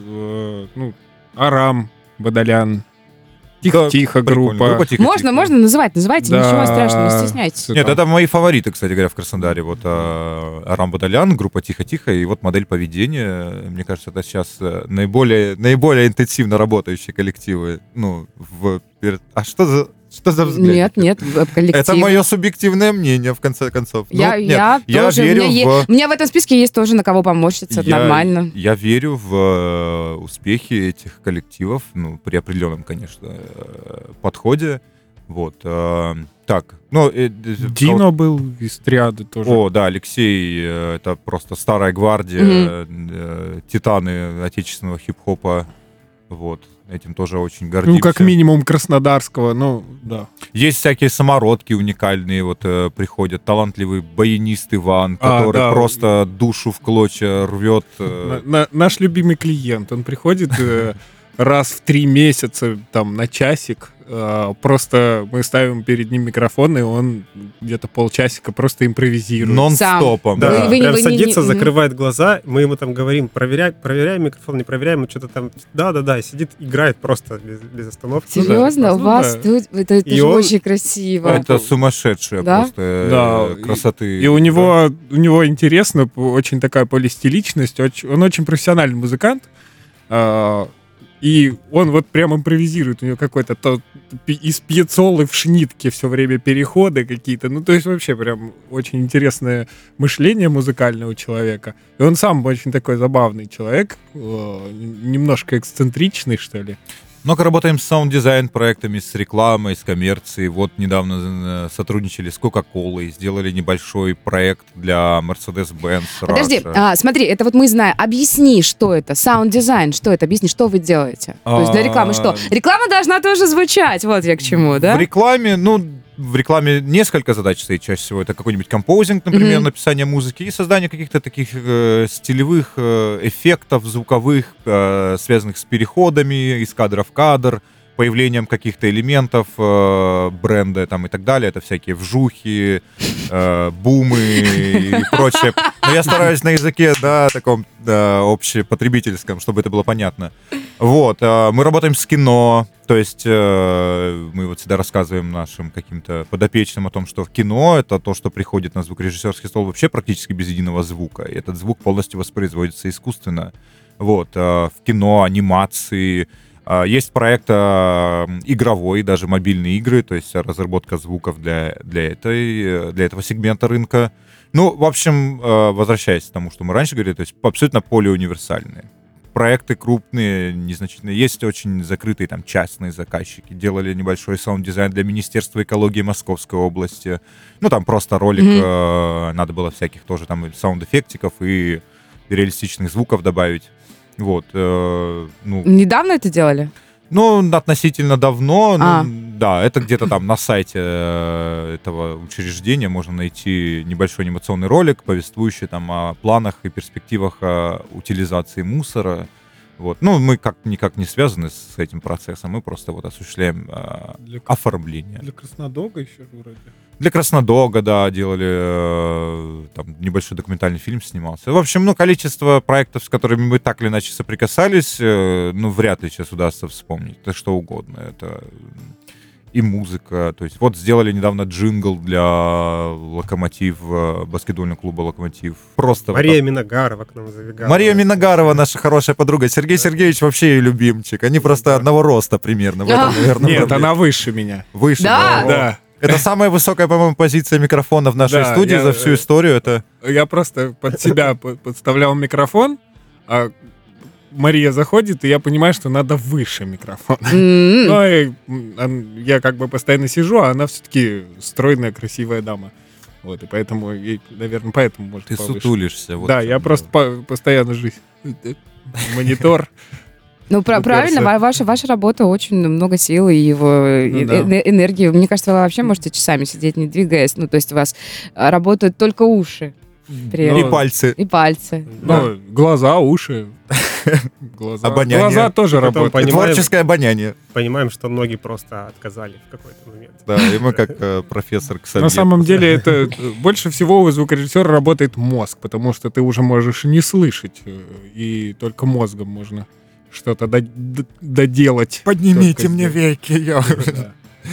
э, Ну, Арам, Бадалян, Да, Тихо-Тихо прикольно. группа. «Тихо-тихо». Можно, можно называть, называйте, Да. ничего страшного, не стесняйтесь. Нет, это мои фавориты, кстати говоря, в Краснодаре. Вот а, Арам Бадалян, группа «Тихо-тихо», и вот модель поведения. Мне кажется, это сейчас э, наиболее, наиболее интенсивно работающие коллективы. Ну, в... пер- А что за, что за взгляд? Нет, нет, в- коллектив. Это мое субъективное мнение, в конце концов. Ну, Я, нет, я, я тоже, верю у, меня е- в... у меня в этом списке есть тоже на кого поморщиться, это Я- нормально. Я верю в э, успехи этих коллективов, ну, при определенном, конечно, э, подходе. Вот. э, так, ну... э, э, Дино был из триады тоже. О, да, Алексей, э, это просто старая гвардия, Мгм. э, титаны отечественного хип-хопа. Вот, этим тоже очень гордимся. Ну, как минимум краснодарского, ну, да. Есть всякие самородки уникальные, вот э, приходят талантливый баянист Иван, А, который да. просто душу в клочья рвет. э, На- на- наш любимый клиент, он приходит э, раз в три месяца, там, на часик. э, Просто мы ставим перед ним микрофон, и он где-то полчасика просто импровизирует. нон-стопом. Да, Вы- вы не- прям вы не- садится, не- закрывает глаза, мы ему там говорим, проверяй, проверяй микрофон, не проверяем, он что-то там, да-да-да, и сидит, играет просто без, без остановки. Серьезно, у Ну, вас да. тут это, это И же он- очень красиво. Это сумасшедшая Да? просто э, Да, красоты. И у него, у него интересно, п- очень такая полистиличность, оч- он очень профессиональный музыкант, а, и он вот прям импровизирует, у него какой-то то- пи- из пьецолы в шнитке все время переходы какие-то, ну то есть вообще прям очень интересное мышление музыкальное у человека, и он сам очень такой забавный человек, э, немножко эксцентричный, что ли. Много работаем с саунд-дизайн проектами, с рекламой, с коммерцией. Вот недавно э, сотрудничали с Coca-Cola, сделали небольшой проект для Mercedes-Benz. Подожди, Russia. а, смотри, это вот мы знаем. Объясни, что это, саунд-дизайн, что это, объясни, что вы делаете. То есть для рекламы что? А, Реклама должна тоже звучать, вот я к чему, да? В рекламе, ну, в рекламе несколько задач стоит чаще всего. Это какой-нибудь композинг, например, Мгм. написание музыки и создание каких-то таких э, стилевых э, эффектов звуковых, э, связанных с переходами из кадра в кадр, появлением каких-то элементов э, бренда там, и так далее. Это всякие вжухи, э, бумы и прочее. Но я стараюсь на языке, да, таком да, общепотребительском, чтобы это было понятно. Вот. э, Мы работаем с кино, то есть э, мы вот всегда рассказываем нашим каким-то подопечным о том, что в кино это то, что приходит на звукорежиссерский стол вообще практически без единого звука. И этот звук полностью воспроизводится искусственно. Вот. э, В кино, анимации. А, Есть проект а, игровой, даже мобильные игры, то есть разработка звуков для, для, этой, для этого сегмента рынка. Ну, в общем, а, возвращаясь к тому, что мы раньше говорили, то есть абсолютно полиуниверсальные. Проекты крупные, незначительные. Есть очень закрытые там частные заказчики. Делали небольшой саунд-дизайн для Министерства экологии Московской области. Ну, там просто ролик, Мгм. а, надо было всяких тоже там и саунд-эффектиков и реалистичных звуков добавить. Вот, э, ну, Недавно это делали? ну, относительно давно, ну, А. да, это где-то там на сайте э, этого учреждения можно найти небольшой анимационный ролик, повествующий там о планах и перспективах э, утилизации мусора. Вот. Ну, мы как никак не связаны с этим процессом, мы просто вот осуществляем э, Для, оформление. для Краснодога еще же вроде. Для Краснодога, да, делали, э, там небольшой документальный фильм снимался. В общем, ну, количество проектов, с которыми мы так или иначе соприкасались, э, ну, вряд ли сейчас удастся вспомнить. Это что угодно. Это и музыка. То есть вот сделали недавно джингл для Локомотив, э, баскетбольного клуба Локомотив. Просто вот Мария Миногарова к нам забегала. Мария Миногарова, наша хорошая подруга. Сергей Сергеевич вообще ее любимчик. Они просто одного роста примерно. В этом, наверное, Нет, проблема. она выше меня. Выше. Да? Да. Это самая высокая, по-моему, позиция микрофона в нашей Да, студии я- за всю историю. Это Я просто под себя по- подставлял микрофон, а Мария заходит, и я понимаю, что надо выше микрофона. М. Ну, и м, ан- я как бы постоянно сижу, а она все-таки стройная, красивая дама. Вот, и поэтому, ей, наверное, поэтому может ты повыше. сутулишься. вот Да, в я чем просто дело. по- постоянно жизнь. Монитор. Ну, пра- Уперся. правильно, ва- ваша, ваша работа очень много сил и его Ну э- да. э- энергии. Мне кажется, вы вообще можете часами сидеть, не двигаясь. Ну, то есть у вас а, работают только уши при Ну, И этом. пальцы. И пальцы. Да. Ну, глаза, уши. Глаза. Обоняние. Глаза тоже Потом работают. Понимаем. Творческое обоняние. Понимаем, что ноги просто отказали в какой-то момент. Да, и мы как э, профессор к На самом деле это э, больше всего у звукорежиссера работает мозг, потому что ты уже можешь не слышать, э, и только мозгом можно что-то до- д- доделать. Поднимите Только мне сделать. веки. я- Да.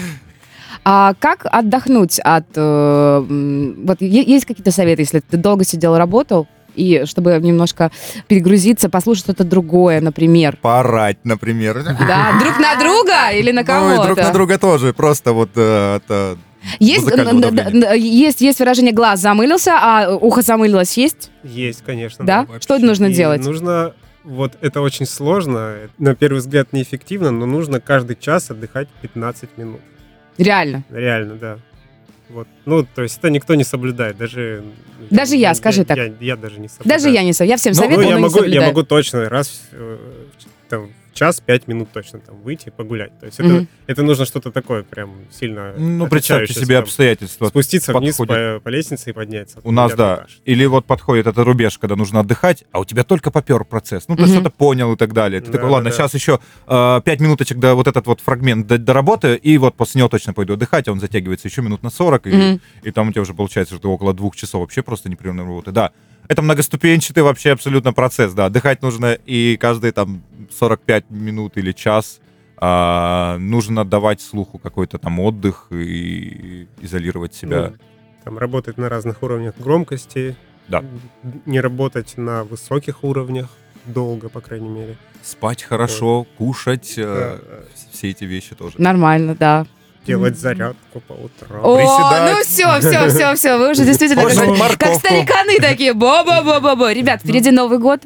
А как отдохнуть от... э, м, вот е- есть какие-то советы, если ты долго сидел, работал, и чтобы немножко перегрузиться, послушать что-то другое, например? Поорать, например. Да, друг на друга или на Ну, и кого-то? друг на друга тоже. Просто вот э, это... Есть, музыкального н- н- давления. н- есть, есть выражение «глаз замылился», а ухо замылилось есть? Есть, конечно. Да? вообще. Что нужно И делать? Нужно, вот это очень сложно, на первый взгляд неэффективно, но нужно каждый час отдыхать пятнадцать минут. Реально. Реально, да. Вот. Ну, то есть это никто не соблюдает, даже... Даже я, скажи так. Я, я даже не соблюдаю. Даже я не советую. Я всем Ну, советую, я но не могу, я соблюдаю. могу точно раз э, в- там, в час пять минут точно там выйти и погулять. То есть это, Мгм. это нужно что-то такое прям сильно Ну, представьте отличающееся, себе там, обстоятельства. спуститься вниз подходит. по, по лестнице и подняться. У нас, Я да. туда же. Или вот подходит этот рубеж, когда нужно отдыхать, а у тебя только попер процесс. Ну, ты Мгм. что-то понял и так далее. Ты Да, такой, да, ладно, да. сейчас еще э, пять минуточек до вот этот вот фрагмент до, доработаю, и вот после него точно пойду отдыхать, а он затягивается еще минут на сорок, и, Мгм. и там у тебя уже получается, что ты около двух часов вообще просто непрерывной работы. Да, это многоступенчатый вообще абсолютно процесс, да. Отдыхать нужно и каждые там сорок пять минут или час а, нужно давать слуху какой-то там отдых и изолировать себя. Ну, там работать на разных уровнях громкости. Да. Не работать на высоких уровнях долго, по крайней мере. Спать хорошо, кушать, э, Да. все эти вещи тоже. Нормально, да. Делать зарядку по утрам. О, Приседать. ну все, все, все, все, вы уже действительно Кушать как, как морковку. стариканы такие. Бо-бо-бо-бо-бо. Ребят, впереди Новый год.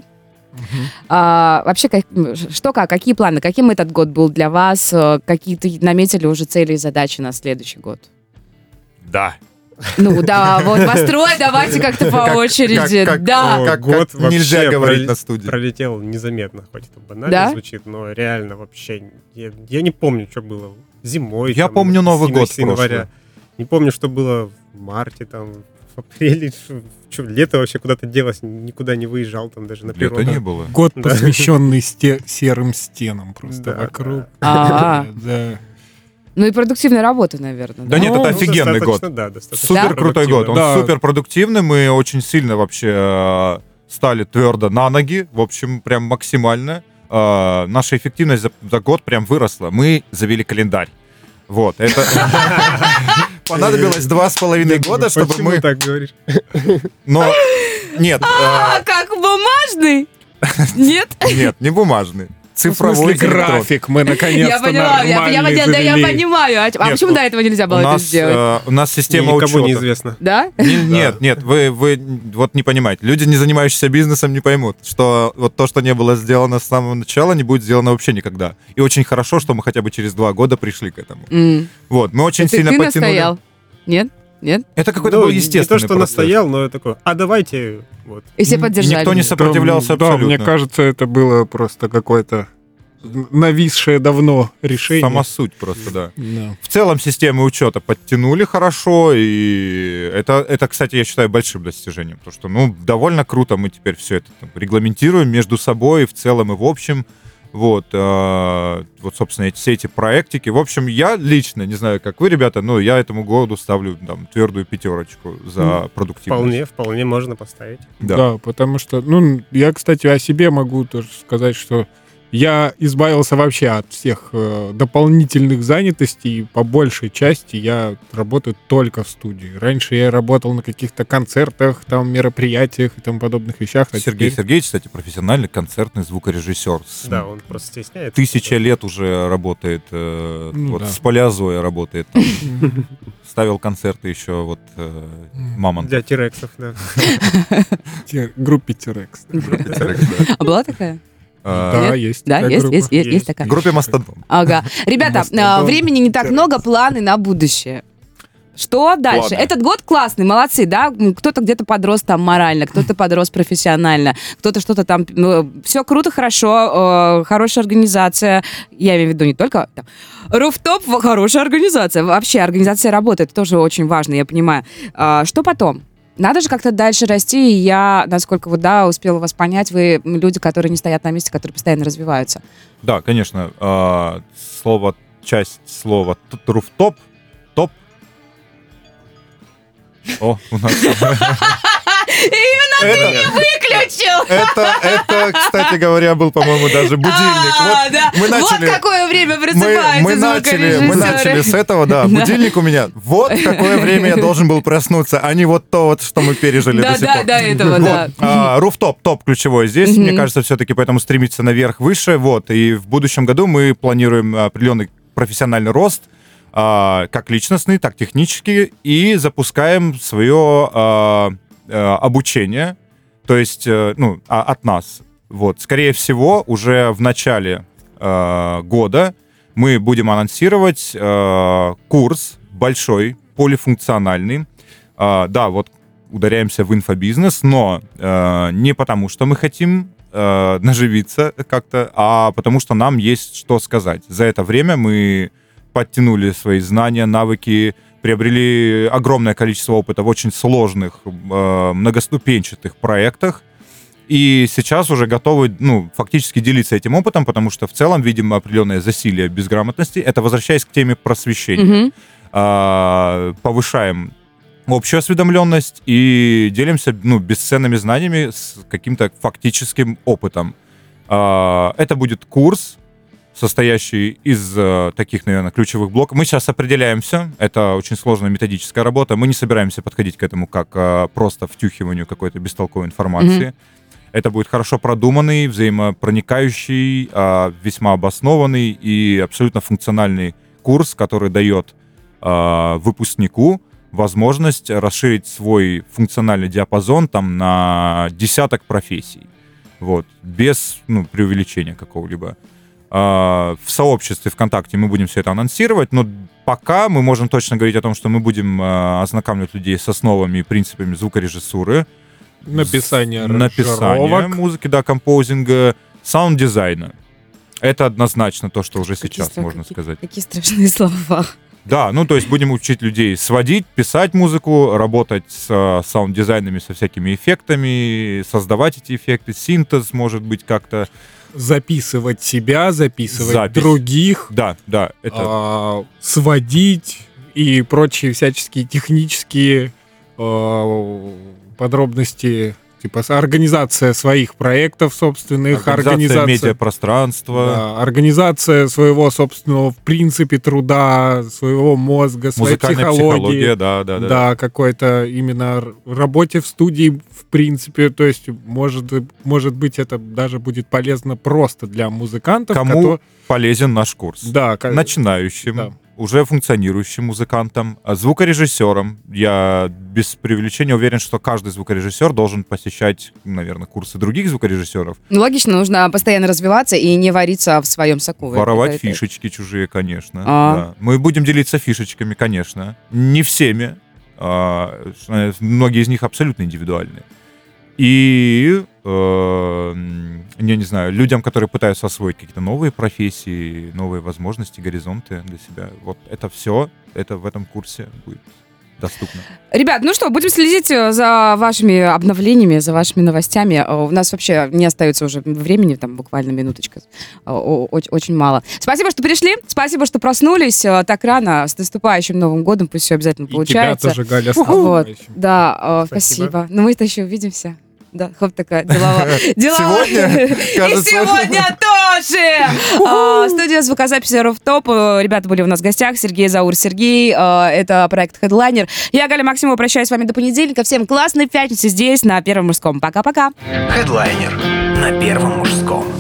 А, вообще, как- что как, какие планы? Каким этот год был для вас? Э, Какие-то наметили уже цели и задачи на следующий год? Да. Ну да, вот построй, давайте как-то по Как- очереди. как- как- Да. О, как- год как нельзя вообще говорить проле- на студии. Пролетел незаметно, хоть это банально Да? звучит, но реально вообще... Я, я не помню, что было зимой. Я там, помню Новый с- год с января. Не помню, что было в марте, там, в апреле. Что, лето вообще куда-то делось, никуда не выезжал, там даже на природу. Лета не было. Год, Да. посвященный сте- серым стенам просто Да, вокруг. А, Да. ну и продуктивная работа, наверное. Да нет, Ну, это ну, офигенный достаточно, год. Да, достаточно Супер крутой год. Он Да. супер продуктивный. Мы очень сильно вообще э, стали твердо на ноги. В общем, прям максимально. Э, наша эффективность за, за год прям выросла. Мы завели календарь. Вот. Это понадобилось два с половиной года, чтобы Почему мы... так говоришь? Но нет, А, как бумажный? Нет? э, нет, не бумажный. В смысле, Цифровой электронный. график мы наконец-то Я поняла, я, я, нормальный я- да, я завели. понимаю. А, а Нет, почему у- до этого нельзя было У это нас, сделать? э, у нас система Никому не учета. известно. Да? Не- Нет, нет, вы, вы вот не понимаете. Люди, не занимающиеся бизнесом, не поймут, что вот то, что не было сделано с самого начала, не будет сделано вообще никогда. И очень хорошо, что мы хотя бы через два года пришли к этому. М. Вот, мы очень Ты, сильно ты подтянули. настоял? Нет? Нет? Это какой-то Ну, был не естественный то, что процесс. настоял, но такой, а давайте, вот. И все И поддержали. никто не сопротивлялся Да, абсолютно. мне кажется, это было просто какое-то нависшее давно решение. Сама суть просто, да. Да. В целом системы учета подтянули хорошо, и это, это, кстати, я считаю большим достижением, потому что, ну, довольно круто мы теперь все это там регламентируем между собой в целом и в общем. Вот, э, вот, собственно, эти, все эти проектики. В общем, я лично, не знаю, как вы, ребята, но я этому году ставлю там твердую пятерочку за продуктивность. Вполне, вполне можно поставить. Да. Да, потому что, ну, я, кстати, о себе могу тоже сказать, что я избавился вообще от всех э, дополнительных занятостей. По большей части я работаю только в студии. Раньше я работал на каких-то концертах, там, мероприятиях и тому подобных вещах. а Сергей теперь- Сергеевич, кстати, профессиональный концертный звукорежиссер. С Да, он просто стесняется. Тысяча лет уже работает, э, Ну вот да. с Полязоя работает. Там. Ставил концерты еще вот э, Мамонт. Для тирексов, да. Те- группе T-Rex. А была такая? А, Да, есть. Да, такая есть, группа. есть, есть, есть Есть. такая. Группе Мастодон. Ага. Ребята, Мастодон. а, времени не так много, планы на будущее. Что дальше? Ладно. Этот год классный, молодцы, да? М, Кто-то где-то подрос там морально, кто-то подрос профессионально, кто-то что-то там... все круто, хорошо, э, хорошая организация. Я имею в виду не только... там, Руфтоп, в- хорошая организация. Вообще, организация работы, это тоже очень важно, я понимаю. А, что потом? Надо же как-то дальше расти, и я, насколько вот, да, успела вас понять, вы люди, которые не стоят на месте, которые постоянно развиваются. Да, конечно. а, Слово, часть слова т- руфтоп, топ. О, у нас... Это, Выключил! это, это, кстати говоря, был, по-моему, даже будильник. А, Вот да. мы начали- Вот какое время Мы, просыпается мы, начали, мы начали звукорежиссеры. с этого, да. Будильник у меня. Вот в какое время я должен был проснуться, а не вот то, вот, что мы пережили Да, до сих да, пор. до этого, да. Вот. А, руфтоп, топ ключевой здесь, Мгм. мне кажется, все-таки поэтому стремиться наверх, выше. Вот. И в будущем году мы планируем определенный профессиональный рост, а, как личностный, так технический, и запускаем свое а, а, обучение, то есть, э, ну, а- от нас. Вот. Скорее всего, уже в начале а, года мы будем анонсировать а, курс большой, полифункциональный. А, да, вот ударяемся в инфобизнес, но э, не потому, что мы хотим э, наживиться как-то, а потому что нам есть что сказать. За это время мы подтянули свои знания, навыки, приобрели огромное количество опыта в очень сложных, э, многоступенчатых проектах, и сейчас уже готовы, ну, фактически делиться этим опытом, потому что в целом видим определенное засилие безграмотности. Это возвращаясь к теме просвещения. Мгм. А, повышаем общую осведомленность и делимся, ну, бесценными знаниями с каким-то фактическим опытом. А, это будет курс, состоящий из э, таких, наверное, ключевых блоков. Мы сейчас определяем все. Это очень сложная методическая работа. Мы не собираемся подходить к этому как э, просто втюхиванию какой-то бестолковой информации. Это будет хорошо продуманный, взаимопроникающий, э, весьма обоснованный и абсолютно функциональный курс, который дает э, выпускнику возможность расширить свой функциональный диапазон там на десяток профессий. Вот. Без, ну, преувеличения какого-либо. В сообществе ВКонтакте мы будем все это анонсировать, но пока мы можем точно говорить о том, что мы будем ознакомливать людей с основами и принципами звукорежиссуры, Написание написания аранжировок. музыки, да, композинга, саунд-дизайна. Это однозначно то, что уже Какие сейчас стра- можно какие- сказать. Какие страшные слова. Да, ну то есть будем учить людей сводить, писать музыку, работать с э, саунд-дизайнами, со всякими эффектами, создавать эти эффекты, синтез, может быть, как-то. Записывать себя, записывать Запись. других, Да, да, это а, сводить и прочие всяческие технические а, подробности, типа с- организация своих проектов собственных, организация организация, медиапространства, да, организация своего собственного, в принципе, труда, своего мозга, своей музыкальная психологии. психология, да, да, да. Да, какой-то именно р- работе в студии, в принципе, то есть, может, может быть, это даже будет полезно просто для музыкантов, Кому кото- полезен наш курс? да, ка- Начинающим, да. уже функционирующим музыкантам, а звукорежиссерам. Я без преувеличения уверен, что каждый звукорежиссер должен посещать, наверное, курсы других звукорежиссеров. Ну, логично, нужно постоянно развиваться и не вариться в своем соку. Воровать Это- это- фишечки чужие, конечно. А. Да. Мы будем делиться фишечками, конечно. Не всеми. а, э, Многие из них абсолютно индивидуальные. И, э, м, я не знаю, людям, которые пытаются освоить какие-то новые профессии, новые возможности, горизонты для себя. Вот это все, это в этом курсе будет доступно. Ребят, ну что, будем следить э, за вашими обновлениями, за вашими новостями. Э, У нас вообще не остается уже времени, там буквально минуточка. Э, о- оч- Очень мало. Спасибо, что пришли. Спасибо, что проснулись э, так рано. С наступающим Новым годом. Пусть все обязательно И получается. тебя тоже, Галя, с Вот, наступающим. да, э, Спасибо. спасибо. Ну, мы-то еще увидимся. Да, хоп, такая деловая. деловая. Сегодня, И кажется. сегодня тоже! А, Студия звукозаписи Руфтоп. Э, Ребята были у нас в гостях. Сергей Заур, Сергей. Э, Это проект Headliner. Я, Галя Максимова, прощаюсь с вами до понедельника. Всем классной пятницы здесь, на Первом мужском. Пока-пока. Headliner на Первом мужском.